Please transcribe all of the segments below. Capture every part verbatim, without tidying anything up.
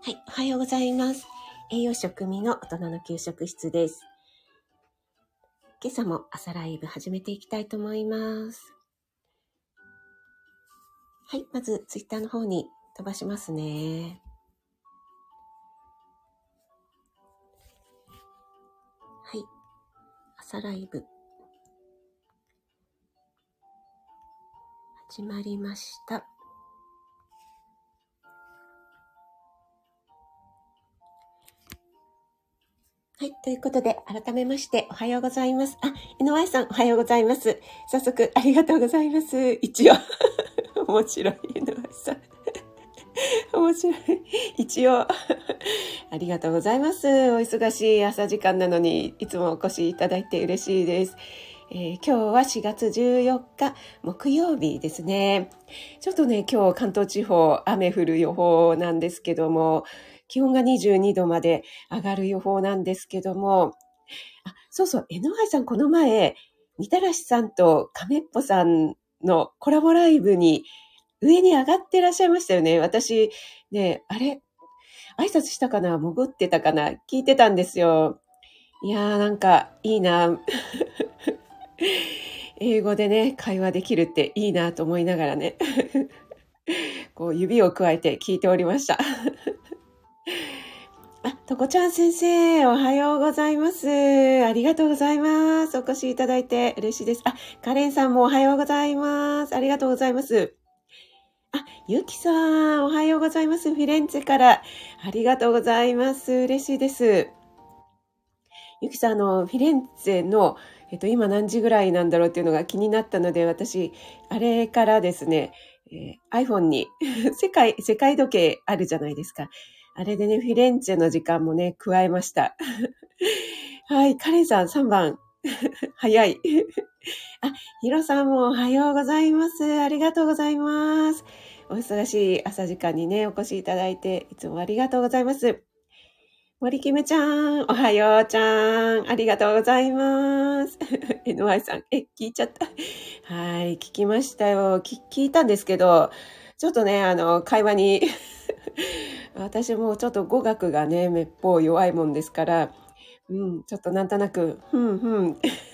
はい、おはようございます。栄養食味の大人の給食室です。今朝も朝ライブ始めていきたいと思います。はい、まずツイッターの方に飛ばしますね。はい、朝ライブ始まりました。はい。ということで、改めまして、おはようございます。あ、井上さん、おはようございます。早速、ありがとうございます。一応、面白い、井上さん。面白い。一応、ありがとうございます。お忙しい朝時間なのに、いつもお越しいただいて嬉しいです。えー、今日はしがつじゅうよっか、木曜日ですね。ちょっとね、今日関東地方、雨降る予報なんですけども、気温がにじゅうにどまで上がる予報なんですけども、あ、そうそう、江ノ愛さんこの前、みたらしさんと亀っぽさんのコラボライブに上に上がってらっしゃいましたよね。私、ね、あれ、挨拶したかな潜ってたかな聞いてたんですよ。いやーなんかいいな。英語でね、会話できるっていいなと思いながらね。こう指を加えて聞いておりました。あ、とこちゃん先生、おはようございます。ありがとうございます。お越しいただいて嬉しいです。あ、カレンさんもおはようございます。ありがとうございます。あ、ゆきさん、おはようございます。フィレンツェから。ありがとうございます。嬉しいですー。ゆきさん、あの、フィレンツェの、えっと、今何時ぐらいなんだろうっていうのが気になったので、私、あれからですね、えー iPhone に世界、世界時計あるじゃないですか。あれでね、フィレンツェの時間もね、加えました。はい、カレンさんさんばん。早い。あ、ヒロさんもおはようございます。ありがとうございます。お忙しい朝時間にね、お越しいただいて、いつもありがとうございます。森キムちゃん、おはようちゃん、ありがとうございます。エヌワイ さん、え、聞いちゃった。はい、聞きましたよ。聞聞いたんですけど、ちょっとね、あの、会話に私もちょっと語学がね、めっぽう弱いもんですから、うん、ちょっとなんとなく、ふんふん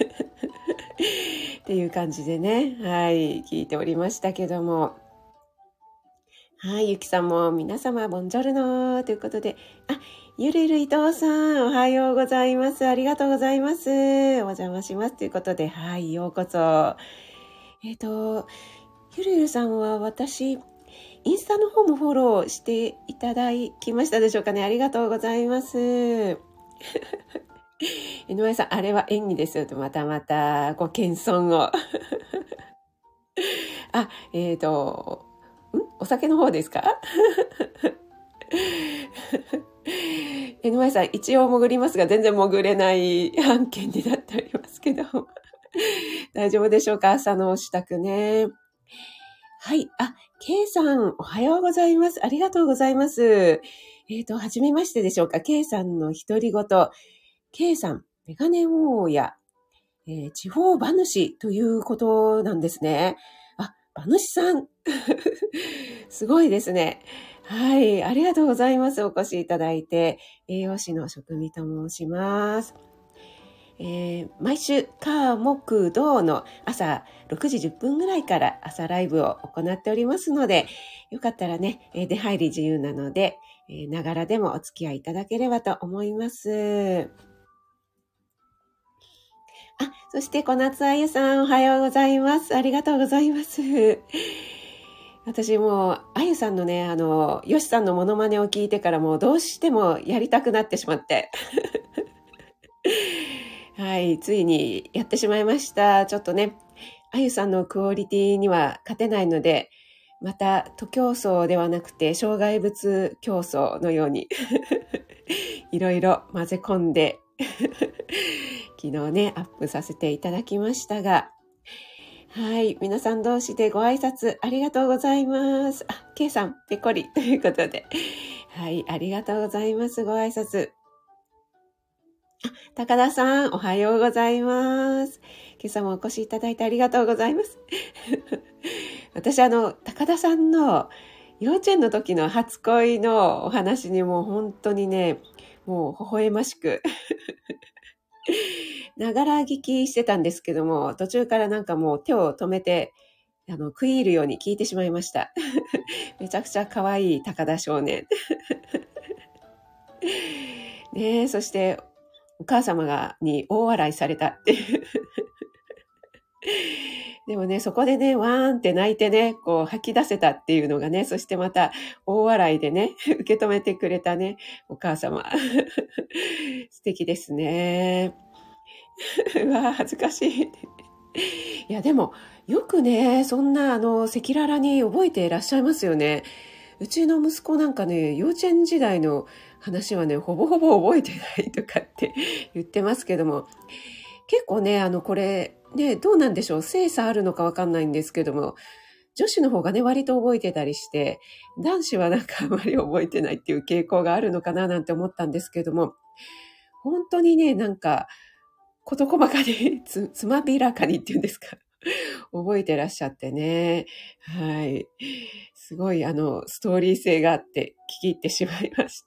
っていう感じでね、はい、聞いておりましたけども。はい、ゆきさんも皆様、ボンジョルノということで、あ、ゆるゆる伊藤さん、おはようございます。ありがとうございます。お邪魔します。ということで、はい、ようこそ。えっと、ゆるゆるさんは私、インスタの方もフォローしていただきましたでしょうかね。ありがとうございます。江上さん、あれは演技ですよと、またまたご謙遜を。あ、えっと、んお酒の方ですかエヌワイ さん、一応潜りますが、全然潜れない案件になっておりますけど。大丈夫でしょうか朝の支度ね。はい。あ、K さん、おはようございます。ありがとうございます。えっと、はじめましてでしょうか ?K さんの独り言。K さん、メガネ王や、えー地方馬主ということなんですね。あ、馬主さん。すごいですね。はい。ありがとうございます。お越しいただいて。栄養士の食味と申します。えー毎週、火、木、土の朝ろくじじゅっぷんぐらいから朝ライブを行っておりますので、よかったらね、えー出入り自由なので、えーながらでもお付き合いいただければと思います。あ、そして小夏あゆさん、おはようございます。ありがとうございます。私もう、あゆさんのね、あの、よしさんのモノマネを聞いてからもうどうしてもやりたくなってしまって。はい、ついにやってしまいました。ちょっとね、あゆさんのクオリティには勝てないので、また、徒競走ではなくて、障害物競争のように、いろいろ混ぜ込んで、昨日ね、アップさせていただきましたが、はい。皆さん同士でご挨拶ありがとうございます。あ、K さん、ぺこりということで。はい。ありがとうございます。ご挨拶。あ、高田さん、おはようございます。今朝もお越しいただいてありがとうございます。私、あの、高田さんの幼稚園の時の初恋のお話にも本当にね、もう微笑ましく、ながら聞きしてたんですけども、途中からなんかもう手を止めて、あの、食い入るように聞いてしまいました。めちゃくちゃ可愛い高田少年。ねえ、そして、お母様が、に大笑いされたっていう。でもね、そこでね、わーんって泣いてね、こう吐き出せたっていうのがね、そしてまた大笑いでね、受け止めてくれたね、お母様。素敵ですね。うわー、恥ずかしい。いや、でも、よくね、そんな、あの、赤裸々に覚えていらっしゃいますよね。うちの息子なんかね、幼稚園時代の話はね、ほぼほぼ覚えてないとかって言ってますけども、結構ね、あの、これ、ね、どうなんでしょう。性差あるのかわかんないんですけども、女子の方がね、割と覚えてたりして、男子はなんかあまり覚えてないっていう傾向があるのかななんて思ったんですけども、本当にね、なんか、事細かにつ、つまびらかにっていうんですか。覚えてらっしゃってね。はい。すごい、あの、ストーリー性があって聞き入ってしまいました。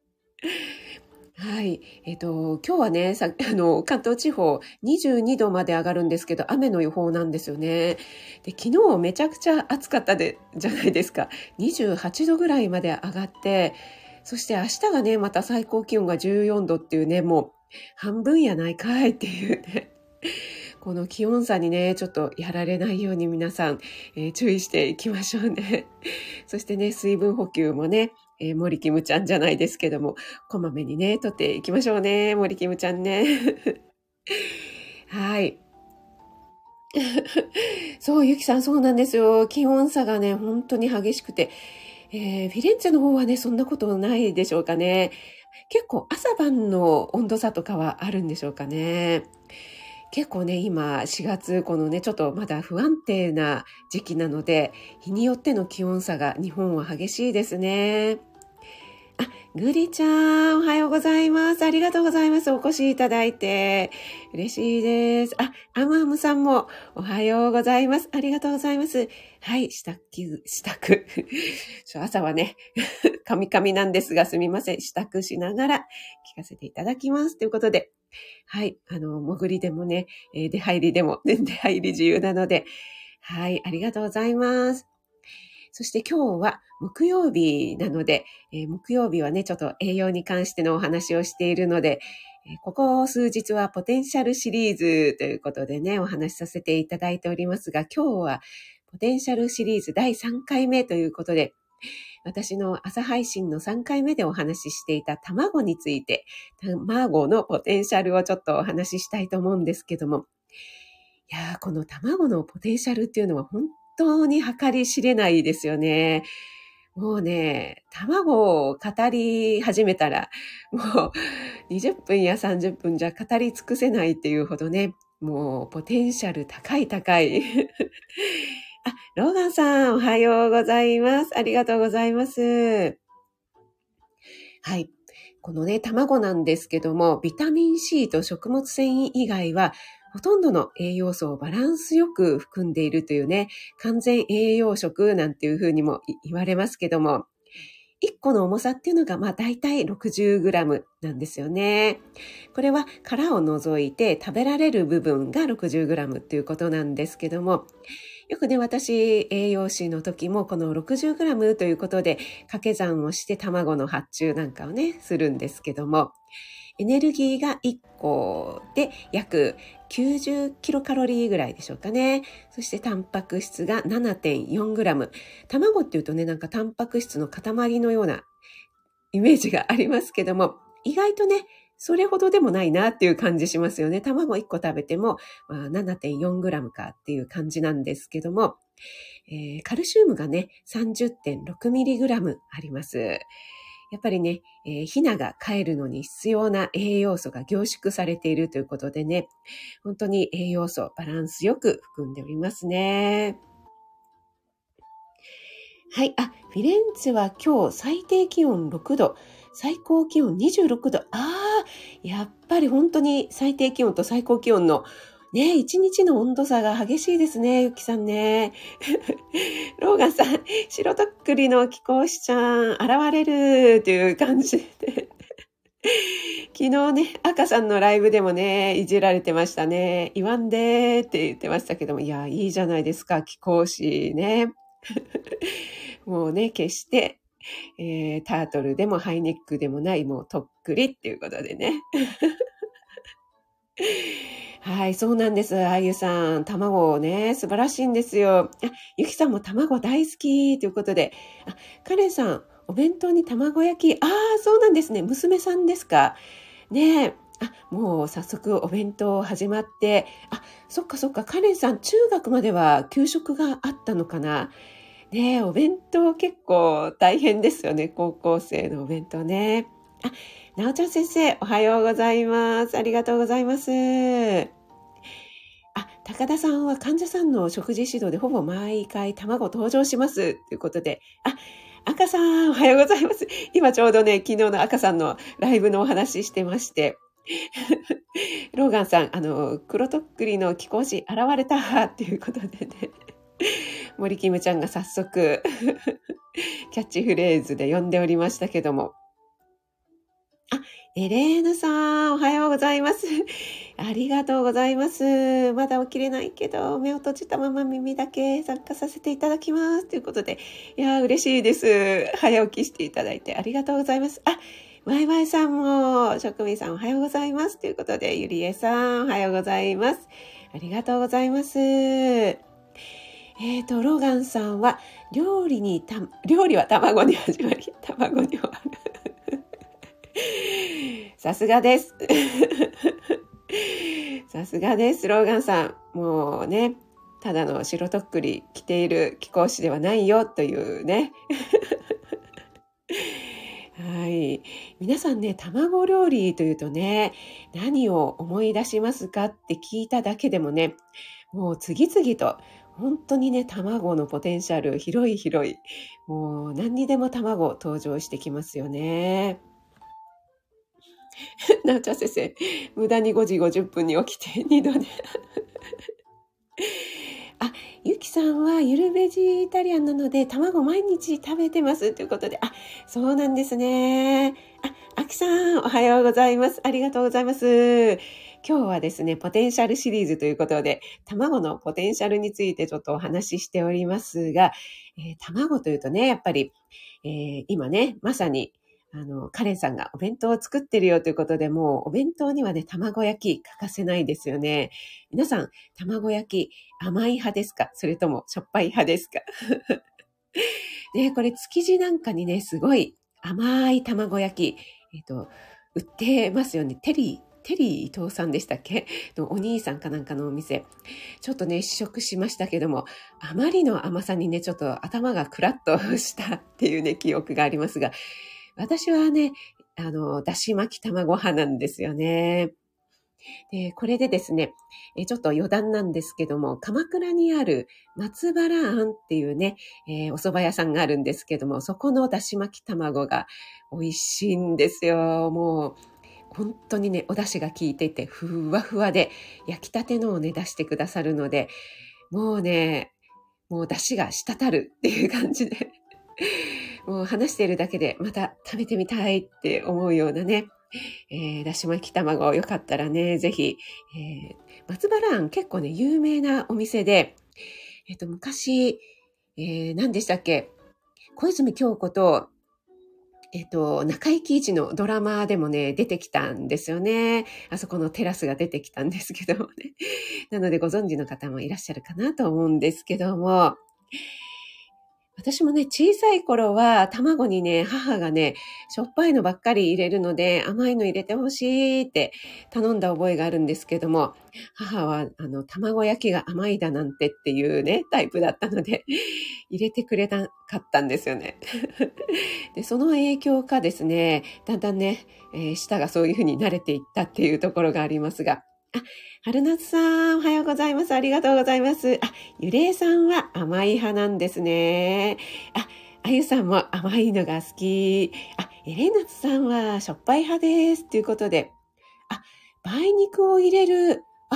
はい。えっと、今日はね、さ、あの、関東地方にじゅうにどまで上がるんですけど、雨の予報なんですよね。で、昨日めちゃくちゃ暑かったで、じゃないですか。にじゅうはちどぐらいまで上がって、そして明日がね、また最高気温がじゅうよんどっていうね、もう半分やないかいっていうね。この気温差にね、ちょっとやられないように皆さん、えー注意していきましょうね。そしてね、水分補給もね、えー森キムちゃんじゃないですけども、こまめにね、とっていきましょうね、森キムちゃんね。はい。そう、ゆきさんそうなんですよ。気温差がね、本当に激しくて、えーフィレンツェの方はね、そんなことないでしょうかね。結構朝晩の温度差とかはあるんでしょうかね。結構ね、今しがつ、このね、ちょっとまだ不安定な時期なので、日によっての気温差が日本は激しいですね。あ、グリちゃん、おはようございます。ありがとうございます。お越しいただいて。嬉しいです。あ、アムアムさんも、おはようございます。ありがとうございます。はい、支度、支度。そう朝はね、カミカミなんですが、すみません。支度しながら聞かせていただきます。ということで、はい、あの、潜りでもね、えー出入りでも、ね、出入り自由なので、はい、ありがとうございます。そして今日は木曜日なので、えー木曜日はね、ちょっと栄養に関してのお話をしているので、えーここ数日はポテンシャルシリーズということでね、お話しさせていただいておりますが、今日はポテンシャルシリーズだいさんかいめということで、私の朝配信のさんかいめでお話ししていた卵について、卵のポテンシャルをちょっとお話ししたいと思うんですけども、いやー、この卵のポテンシャルっていうのは本当に計り知れないですよね。もうね、卵を語り始めたら、もうにじゅっぷんやさんじゅっぷんじゃ語り尽くせないっていうほどね、もうポテンシャル高い高い。あ、ローガンさん、おはようございます。ありがとうございます。はい。このね、卵なんですけども、ビタミン C と食物繊維以外は、ほとんどの栄養素をバランスよく含んでいるというね、完全栄養食なんていうふうにも言われますけども、いっこの重さっていうのが、まあ大体 ろくじゅうグラム なんですよね。これは殻を除いて食べられる部分が ろくじゅうグラム っていうことなんですけども、よくね、私、栄養士の時もこの ろくじゅうグラム ということで掛け算をして卵の発注なんかをね、するんですけども、エネルギーがいっこで約きゅうじゅうキロカロリーぐらいでしょうかね。そしてタンパク質が ななてんよんグラム。卵っていうとね、なんかタンパク質の塊のようなイメージがありますけども、意外とね、それほどでもないなっていう感じしますよね。卵いっこ食べても、まあ、ななてんよんグラム かっていう感じなんですけども、えーカルシウムがね、さんじゅってんろくミリグラム あります。やっぱりね、えー、ヒナが飼えるのに必要な栄養素が凝縮されているということでね、本当に栄養素バランスよく含んでおりますね。はい。あ、フィレンツェは今日最低気温ろくど、最高気温にじゅうろくど。ああ、やっぱり本当に最低気温と最高気温のね、一日の温度差が激しいですね、ゆきさんね。ローガンさん、白とっくりの貴公子ちゃん、現れるという感じで。昨日ね、赤さんのライブでもね、いじられてましたね。言わんでーって言ってましたけども、いや、いいじゃないですか、貴公子ね。もうね、決して、えー、タートルでもハイネックでもない、もうとっくりっていうことでね。はい、そうなんです。あゆさん、卵ね、素晴らしいんですよ。あ、ゆきさんも卵大好きということで。あ、カレンさん、お弁当に卵焼き。ああ、そうなんですね。娘さんですか。ねえ。あ、もう早速お弁当始まって。あ、そっかそっか。カレンさん、中学までは給食があったのかな。ねえ、お弁当結構大変ですよね。高校生のお弁当ね。あ、なおちゃん先生、おはようございます。ありがとうございます。あ、高田さんは患者さんの食事指導でほぼ毎回卵登場します。ということで。あ、赤さん、おはようございます。今ちょうどね、昨日の赤さんのライブのお話ししてまして。ローガンさん、あの、黒とっくりの貴公子現れたっていうことでね。森キムちゃんが早速、キャッチフレーズで呼んでおりましたけども。あ、エレーヌさん、おはようございます。ありがとうございます。まだ起きれないけど、目を閉じたまま耳だけ参加させていただきます。ということで、いやー、嬉しいです。早起きしていただいてありがとうございます。あ、ワイワイさんも、職人さんおはようございます。ということで、ゆりえさん、おはようございます。ありがとうございます。えーと、ローガンさんは、料理にた、料理は卵に始まり、卵に終わる。さすがです。さすがです、ローガンさん。もうね、ただの白とっくり着ている貴公子ではないよというね。はい。皆さんね、卵料理というとね、何を思い出しますかって聞いただけでもね、もう次々と、本当にね、卵のポテンシャル広い広い。もう何にでも卵登場してきますよね。なおちゃん先生、無駄にごじごじゅっぷんに起きてにどで。あ、ゆきさんはゆるベジタリアンなので卵毎日食べてますということで、あ、そうなんですね。あ、あきさんおはようございます。ありがとうございます。今日はですね、ポテンシャルシリーズということで、卵のポテンシャルについてちょっとお話ししておりますが、えー、卵というとね、やっぱり、えー、今ね、まさにあの、カレンさんがお弁当を作ってるよということで、もうお弁当にはね、卵焼き欠かせないですよね。皆さん、卵焼き甘い派ですか？それともしょっぱい派ですか？ね、これ築地なんかにね、すごい甘い卵焼き、えっと、売ってますよね。テリー、テリー伊藤さんでしたっけのお兄さんかなんかのお店。ちょっとね、試食しましたけども、あまりの甘さにね、ちょっと頭がクラッとしたっていうね、記憶がありますが、私はね、あの、だし巻き卵派なんですよね。で、これでですね、えちょっと余談なんですけども、鎌倉にある松原庵っていうね、えーお蕎麦屋さんがあるんですけども、そこのだし巻き卵が美味しいんですよ。もう、本当にね、お出汁が効いていて、ふわふわで、焼きたてのをね、出してくださるので、もうね、もう出汁が滴るっていう感じで、もう話しているだけでまた食べてみたいって思うようなね、えー、だし巻き卵よかったらね、ぜひ、えー、松原庵結構ね、有名なお店で、えっと、昔、えー、何でしたっけ、小泉京子と、えっと、中井貴一のドラマでもね、出てきたんですよね。あそこのテラスが出てきたんですけどもね。なのでご存知の方もいらっしゃるかなと思うんですけども、私もね、小さい頃は卵にね、母がね、しょっぱいのばっかり入れるので、甘いの入れてほしいって頼んだ覚えがあるんですけども、母は、あの、卵焼きが甘いだなんてっていうね、タイプだったので、入れてくれなかったんですよね。で、その影響かですね、だんだんね、えー舌がそういう風に慣れていったっていうところがありますが、あ、春夏さん、おはようございます。ありがとうございます。あ、ゆれいさんは甘い派なんですね。あ、あゆさんも甘いのが好き。あ、エレナツさんはしょっぱい派です。ということで。あ、梅肉を入れる。あ、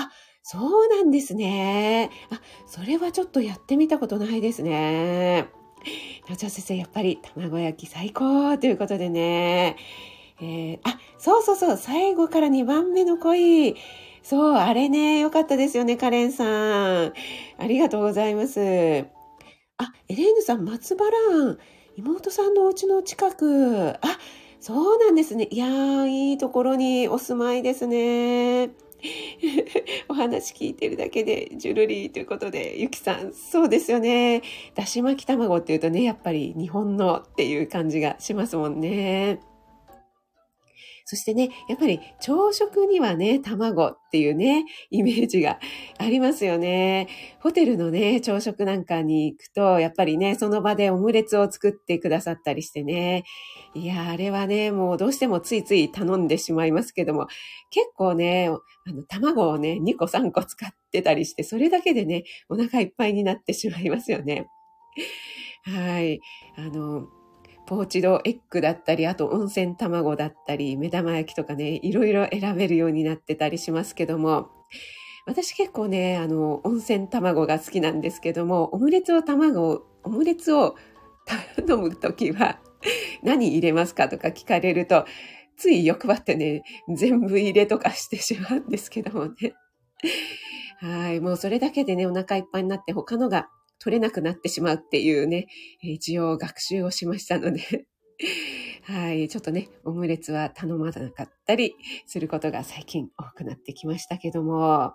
そうなんですね。あ、それはちょっとやってみたことないですね。なおちゃん先生、やっぱり卵焼き最高ということでね。えー、あ、そうそうそう、最後からにばんめの恋。そう、あれね、よかったですよね、カレンさん。ありがとうございます。あ、エレーヌさん、松原ん、妹さんのお家の近く。あ、そうなんですね。いやー、いいところにお住まいですね。お話聞いてるだけで、ジュルリーということで、ゆきさん、そうですよね。だし巻き卵っていうとね、やっぱり日本のっていう感じがしますもんね。そしてね、やっぱり朝食にはね、卵っていうね、イメージがありますよね。ホテルのね、朝食なんかに行くと、やっぱりね、その場でオムレツを作ってくださったりしてね。いや、あれはね、もうどうしてもついつい頼んでしまいますけども、結構ね、あの、卵をね、にこさんこ使ってたりして、それだけでね、お腹いっぱいになってしまいますよね。はい。あの、ポーチドエッグだったり、あと温泉卵だったり、目玉焼きとかね、いろいろ選べるようになってたりしますけども、私結構ね、あの、温泉卵が好きなんですけども、オムレツを卵を、オムレツを頼むときは何入れますかとか聞かれると、つい欲張ってね、全部入れとかしてしまうんですけどもね。はい、もうそれだけでね、お腹いっぱいになって他のが取れなくなってしまうっていうね、一応学習をしましたので、はい、ちょっとね、オムレツは頼まなかったりすることが最近多くなってきましたけども、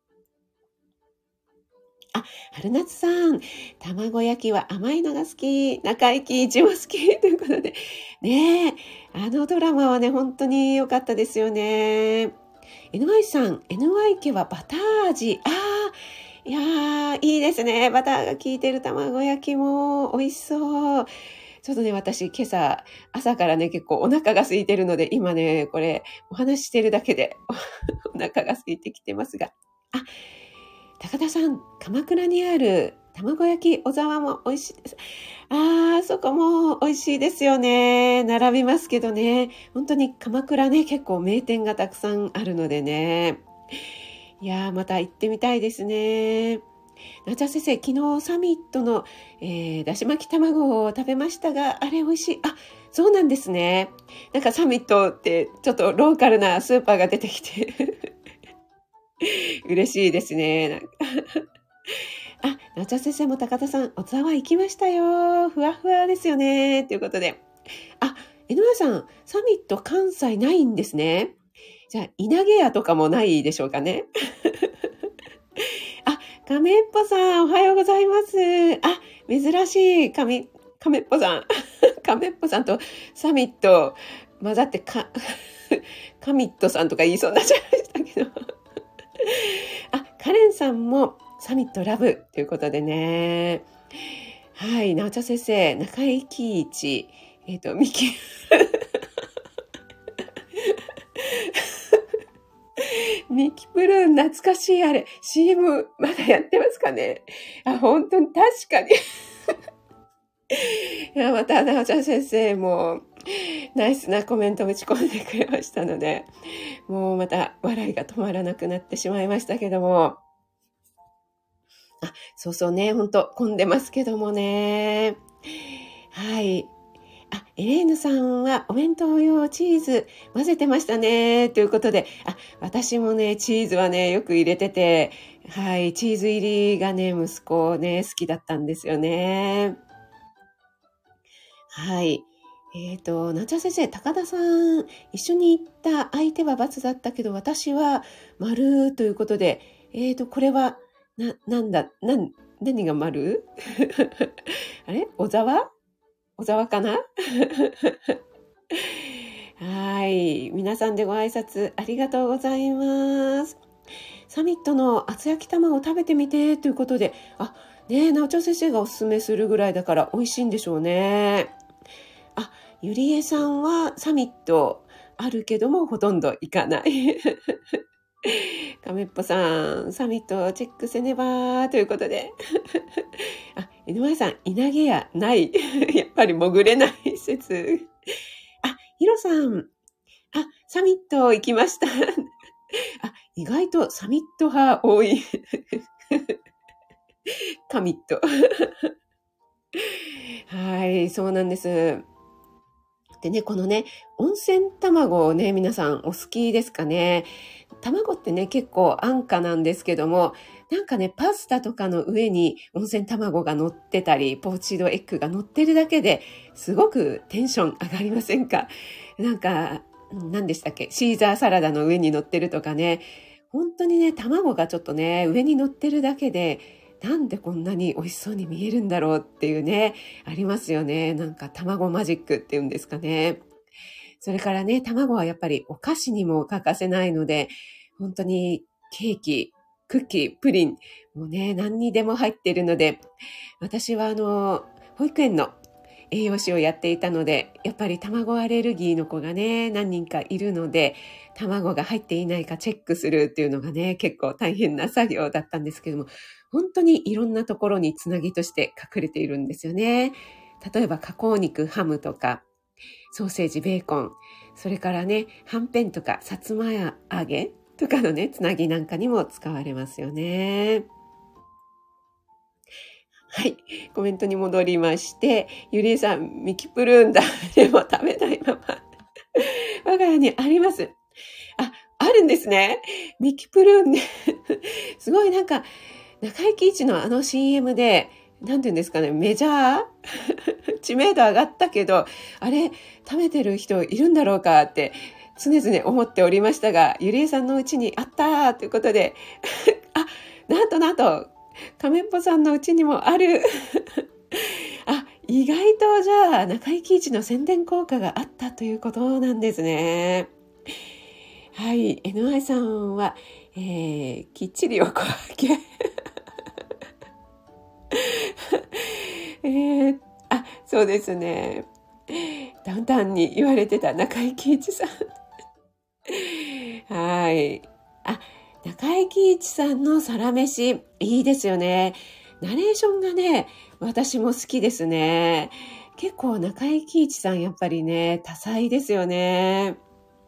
あ、春夏さん、卵焼きは甘いのが好き、中井貴一も好きということで、ねえ、あのドラマはね、本当に良かったですよね。エヌワイ さん、エヌワイ 家はバター味。ああ、いやー、いいですね。バターが効いてる卵焼きも美味しそう。ちょっとね、私、今朝、朝からね、結構お腹が空いてるので、今ね、これ、お話ししてるだけでお腹が空いてきてますが。あ、高田さん、鎌倉にある卵焼き小沢も美味しいです。ああ、そこも美味しいですよね。並びますけどね。本当に鎌倉ね、結構名店がたくさんあるのでね。いやー、また行ってみたいですね。なちゃん先生、昨日サミットの、えー、だし巻き卵を食べましたが、あれ美味しい。あ、そうなんですね。なんかサミットってちょっとローカルなスーパーが出てきて嬉しいですね。なんかあ、なちゃん先生も高田さん、お茶は行きましたよ。ふわふわですよね。ということで。あ、江上さん、サミット関西ないんですね。じゃあ、稲毛屋とかもないでしょうかね。あ、亀っぽさん、おはようございます。あ、珍しい、亀、亀っぽさん。亀っぽさんとサミット混ざってか、カミットさんとか言いそうになっちゃいましたけど。あ、カレンさんもサミットラブということでね。はい、なおちゃん先生、中井貴一、えっ、と、ミキ、ミキプルーン懐かしいあれ、シーエム まだやってますかね。あ、本当に確かに。いや、また、なおちゃん先生も、ナイスなコメント打ち込んでくれましたので、もうまた笑いが止まらなくなってしまいましたけども、あ、そうそうね、ほんと混んでますけどもね。はい。あ、エレーヌさんはお弁当用チーズ混ぜてましたね。ということで、あ、私もね、チーズはね、よく入れてて、はい、チーズ入りがね、息子ね、好きだったんですよね。はい。えっ、と、なちゃん先生、高田さん、一緒に行った相手は×だったけど、私は丸ということで、えっ、と、これは、な、なんだ、なん、何が丸あれ小沢小沢かなはい。皆さんでご挨拶ありがとうございます。サミットの厚焼き卵を食べてみてということで、あ、ねえ、なおちゃん先生がおすすめするぐらいだから美味しいんでしょうね。あ、ゆりえさんはサミットあるけどもほとんど行かない。亀っぽさん、サミットチェックせねばということで。あ、井上さん、稲毛屋ない。やっぱり潜れない説。あ、ヒロさん、あ、サミット行きました。あ、 意外とサミット派多い。カミット。はい、そうなんです。でね、このね、温泉卵をね、皆さんお好きですかね。卵ってね、結構安価なんですけども、なんかね、パスタとかの上に温泉卵が乗ってたり、ポーチドエッグが乗ってるだけですごくテンション上がりませんか？なんか、何でしたっけ？シーザーサラダの上に乗ってるとかね、本当にね、卵がちょっとね、上に乗ってるだけで、なんでこんなに美味しそうに見えるんだろうっていうね、ありますよね。なんか卵マジックっていうんですかね。それからね、卵はやっぱりお菓子にも欠かせないので、本当にケーキ、クッキー、プリン、もうね、何にでも入っているので、私はあの、保育園の栄養士をやっていたので、やっぱり卵アレルギーの子がね、何人かいるので、卵が入っていないかチェックするっていうのがね、結構大変な作業だったんですけども、本当にいろんなところにつなぎとして隠れているんですよね。例えば加工肉、ハムとか、ソーセージ、ベーコン、それからね、はんぺんとかさつま揚げとかのね、つなぎなんかにも使われますよね。はい。コメントに戻りまして、ゆりえさん、ミキプルーンだ。でも食べないまま。我が家にあります。あ、あるんですね。ミキプルーンね。すごいなんか、中井貴一のあの シーエム で、なんていうんですかね、メジャー知名度上がったけど、あれ、食べてる人いるんだろうかって常々思っておりましたが、ゆりえさんのうちにあったということで、あ、なんとなんと、亀っぽさんのうちにもある。あ、意外とじゃあ、中井貴一の宣伝効果があったということなんですね。はい、エヌアイ さんは、えー、きっちりおこわけ。えー、あ、そうですね。ダウンタウンに言われてた中井貴一さん。はい。あ、中井貴一さんのサラメシ、いいですよね。ナレーションがね、私も好きですね。結構中井貴一さんやっぱりね、多彩ですよね。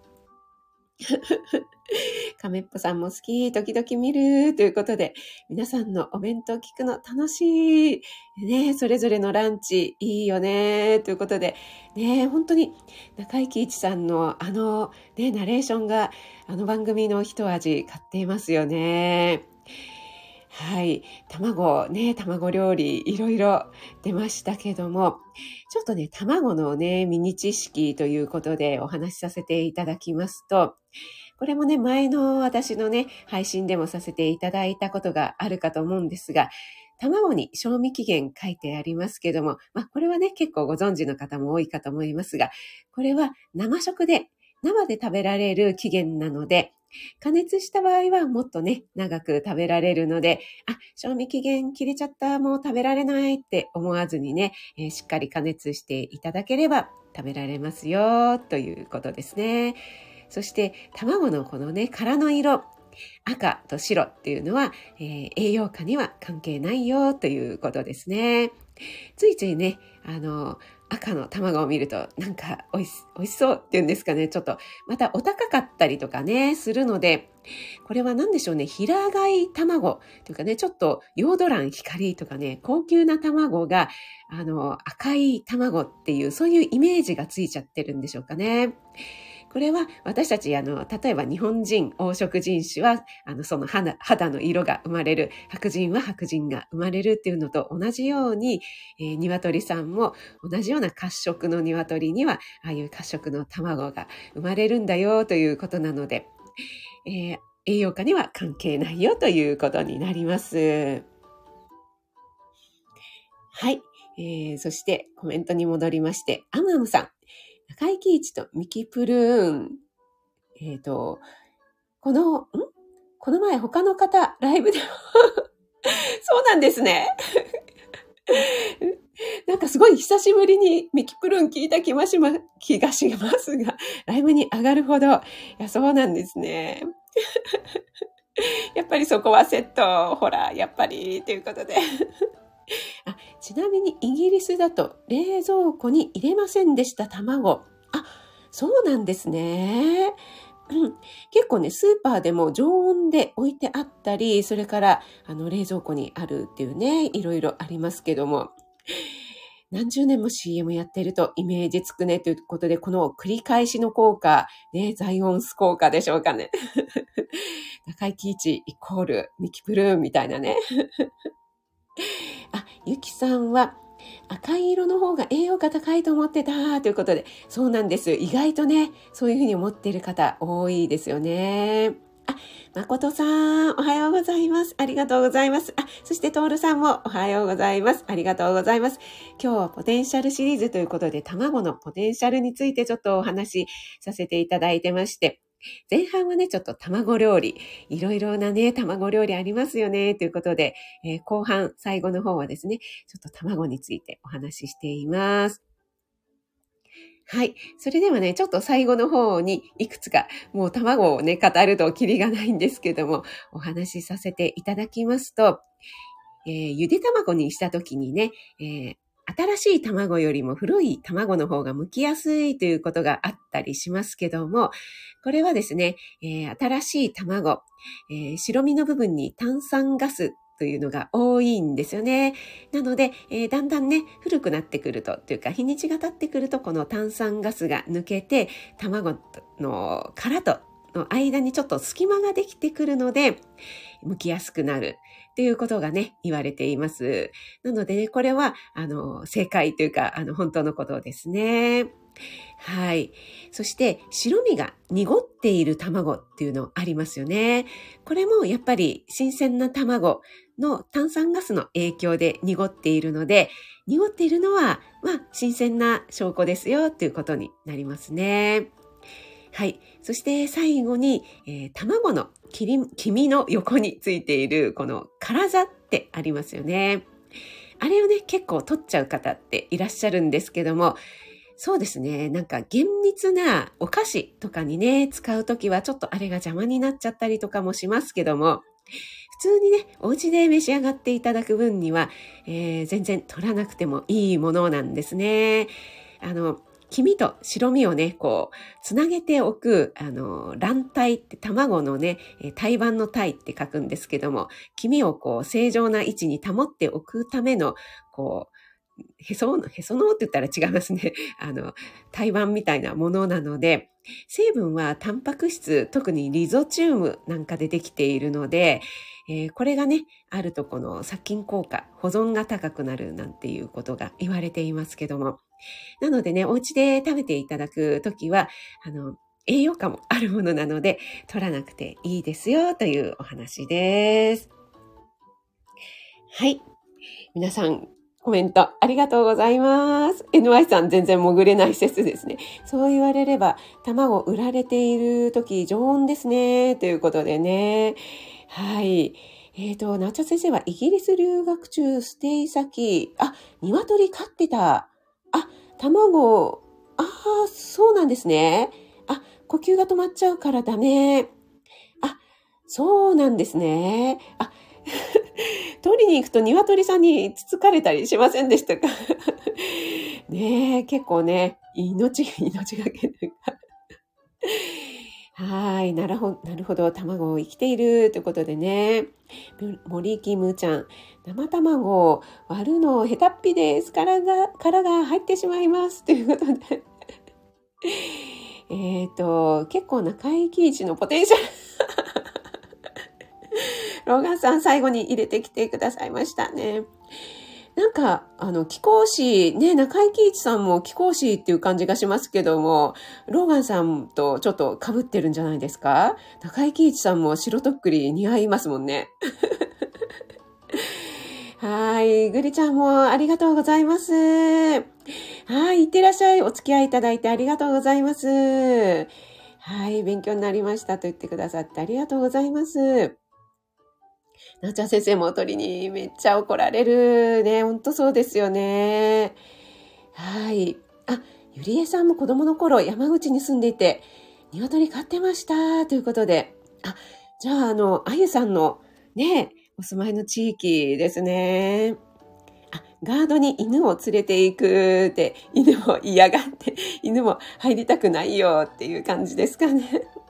亀っぽさんも好き、時々見るということで、皆さんのお弁当聞くの楽しい。ね、それぞれのランチいいよね、ということで、ね、本当に中井貴一さんのあの、ね、ナレーションがあの番組の一味買っていますよね。はい。卵、ね、卵料理、いろいろ出ましたけども、ちょっとね、卵のね、ミニ知識ということでお話しさせていただきますと、これもね、前の私のね、配信でもさせていただいたことがあるかと思うんですが、卵に賞味期限書いてありますけども、まあ、これはね、結構ご存知の方も多いかと思いますが、これは生食で、生で食べられる期限なので、加熱した場合はもっとね、長く食べられるので、あ、賞味期限切れちゃった、もう食べられないって思わずにね、えーしっかり加熱していただければ食べられますよ、ということですね。そして卵のこのね、殻の色、赤と白っていうのは、えー栄養価には関係ないよということですね。ついついね、あの、赤の卵を見るとなんかおいし、おいしそうっていうんですかね、ちょっとまたお高かったりとかね、するので、これは何でしょうね、平飼い卵というかね、ちょっとヨード卵光とかね、高級な卵が、あの、赤い卵っていう、そういうイメージがついちゃってるんでしょうかね。これは私たち、あの、例えば日本人、黄色人種は、あの、その肌肌の色が生まれる、白人は白人が生まれるっていうのと同じように、えー、鶏さんも同じような褐色の鶏には、ああいう褐色の卵が生まれるんだよということなので、えー、栄養価には関係ないよということになります。はい。えー、そしてコメントに戻りまして、アムアムさん。中井貴一とミキプルーン。えっ、と、この、んこの前他の方、ライブでもそうなんですね。なんかすごい久しぶりにミキプルーン聞いた気がしま、気がしますが、ライブに上がるほど、いや、そうなんですね。やっぱりそこはセット、ほら、やっぱり、ということで。あ、ちなみにイギリスだと冷蔵庫に入れませんでした卵。あ、そうなんですね。 うん、結構ね、スーパーでも常温で置いてあったり、それから、あの、冷蔵庫にあるっていうね、いろいろありますけども、何十年も シーエム やってるとイメージつくねということで、この繰り返しの効果、ね、ザイオンス効果でしょうかね。中井貴一イコールミキプルーンみたいなね。あ、ゆきさんは赤い色の方が栄養価高いと思ってたということで、そうなんです。意外とね、そういうふうに思っている方多いですよね。あ、誠さん、おはようございます。ありがとうございます。あ、そしてトールさんもおはようございます。ありがとうございます。今日はポテンシャルシリーズということで、卵のポテンシャルについてちょっとお話しさせていただいてまして、前半はね、ちょっと卵料理、いろいろなね、卵料理ありますよね、ということで、えー後半、最後の方はですね、ちょっと卵についてお話ししています。はい。それではね、ちょっと最後の方にいくつか、もう卵をね、語るとキリがないんですけども、お話しさせていただきますと、えーゆで卵にした時にね、えー新しい卵よりも古い卵の方が剥きやすいということがあったりしますけども、これはですね、えー新しい卵、えー白身の部分に炭酸ガスというのが多いんですよね。なので、えーだんだんね、古くなってくると、というか日にちが経ってくると、この炭酸ガスが抜けて、卵の殻との間にちょっと隙間ができてくるので、剥きやすくなるっていうことがね、言われています。なのでね、これは、あの、正解というか、あの、本当のことですね。はい。そして、白身が濁っている卵っていうのありますよね。これもやっぱり新鮮な卵の炭酸ガスの影響で濁っているので、濁っているのは、まあ、新鮮な証拠ですよっていうことになりますね。はい。そして最後に、えー卵の黄り黄身の横についているこの辛座ってありますよね。あれをね、結構取っちゃう方っていらっしゃるんですけども、そうですね。なんか厳密なお菓子とかにね、使うときはちょっとあれが邪魔になっちゃったりとかもしますけども、普通にね、お家で召し上がっていただく分には、えー全然取らなくてもいいものなんですね。あの、黄身と白身をね、こう、つなげておく、あの、卵体って卵のね、えー胎盤の体って書くんですけども、黄身をこう、正常な位置に保っておくための、こう、へその、へそのって言ったら違いますね。あの、胎盤みたいなものなので、成分はタンパク質、特にリゾチウムなんかでできているので、えーこれがね、あるとこの殺菌効果、保存が高くなるなんていうことが言われていますけども。なのでね、お家で食べていただくときは、あの、栄養価もあるものなので、取らなくていいですよというお話です。はい。皆さん、コメントありがとうございます。エヌワイ さん全然潜れない説ですね。そう言われれば、卵売られている時常温ですね。ということでね。はい。えっ、と、なっちゃ先生はイギリス留学中、ステイ先。あ、鶏飼ってた。あ、卵。ああ、そうなんですね。あ、呼吸が止まっちゃうからダメ。あ、そうなんですね。あ、取りに行くと鶏さんにつつかれたりしませんでしたか？ねえ、結構ね、命、命がけというか。はい。なるほど、なるほど。卵を生きているということでね。む森キムちゃん。生卵割るの下手っぴです。殻が、殻が入ってしまいます。ということで。えっと、結構中井貴一のポテンシャル。ローガンさん最後に入れてきてくださいましたね。なんか、あの、貴公子、ね、中井貴一さんも貴公子っていう感じがしますけども、ローガンさんとちょっと被ってるんじゃないですか？中井貴一さんも白とっくり似合いますもんね。はい。ぐりちゃんもありがとうございます。はい。いってらっしゃい。お付き合いいただいてありがとうございます。はい。勉強になりましたと言ってくださってありがとうございます。なおちゃん先生も鳥にめっちゃ怒られるね。ほんとそうですよね。はい。あ、ゆりえさんも子供の頃山口に住んでいて、鶏飼ってました。ということで。あ、じゃあ、あの、あゆさんのね、お住まいの地域ですね。あ、ガードに犬を連れて行くって、犬も嫌がって、犬も入りたくないよっていう感じですかね。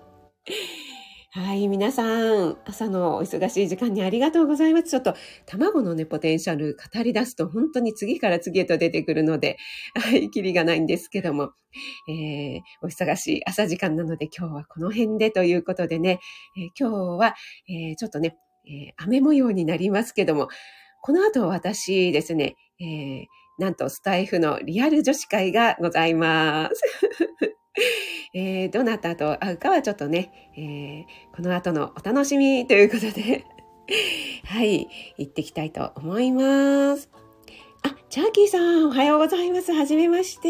はい、皆さん、朝のお忙しい時間にありがとうございます。ちょっと、卵のね、ポテンシャル語り出すと、本当に次から次へと出てくるので、はい、キリがないんですけども、えー、お忙しい朝時間なので、今日はこの辺でということでね、えー今日は、えーちょっとね、えー雨模様になりますけども、この後私ですね、えーなんとスタイフのリアル女子会がございます。えーどなたと会うかはちょっとね、えーこの後のお楽しみということで、はい、行ってきたいと思います。あ、チャーキーさん、おはようございます。はじめまして。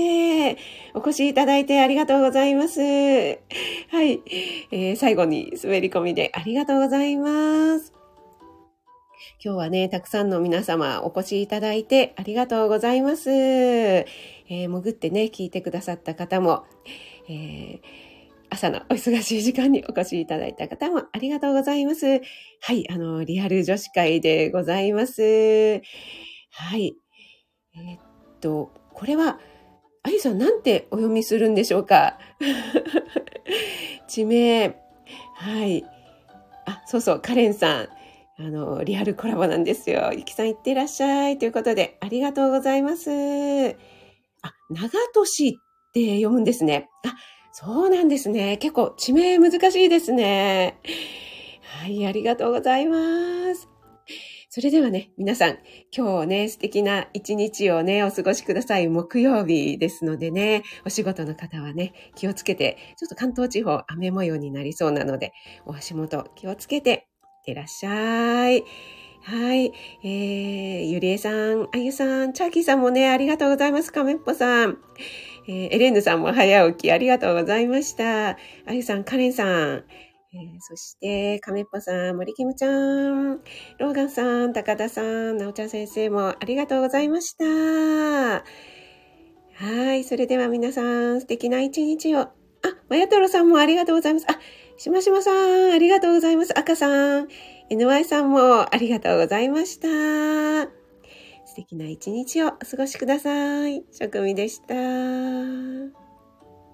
お越しいただいてありがとうございます。はい、えー最後に滑り込みでありがとうございます。今日はね、たくさんの皆様お越しいただいてありがとうございます。えー潜ってね、聞いてくださった方も、えー朝のお忙しい時間にお越しいただいた方もありがとうございます。はい、あの、リアル女子会でございます。はい。えーっと、これは、あゆさんなんてお読みするんでしょうか？地名。はい。あ、そうそう、カレンさん。あの、リアルコラボなんですよ。ゆきさんいってらっしゃい。ということで、ありがとうございます。あ、長俊って読むんですね。あ、そうなんですね。結構地名難しいですね。はい、ありがとうございます。それではね、皆さん、今日ね、素敵な一日をね、お過ごしください。木曜日ですのでね、お仕事の方はね、気をつけて、ちょっと関東地方、雨模様になりそうなので、お足元気をつけていってらっしゃい。はい。えー、ゆりえさん、あゆさん、チャーキーさんもね、ありがとうございます。かめっぽさん。えーエレンヌさんも早起きありがとうございました。あゆさん、カレンさん。えーそして、亀っぽさん、森キムちゃん、ローガンさん、高田さん、なおちゃん先生もありがとうございました。はい。それでは皆さん、素敵な一日を。あ、まや太郎さんもありがとうございます。あ、しましまさん、ありがとうございます。赤さん、エヌワイ さんもありがとうございました。素敵な一日をお過ごしください。職味でした。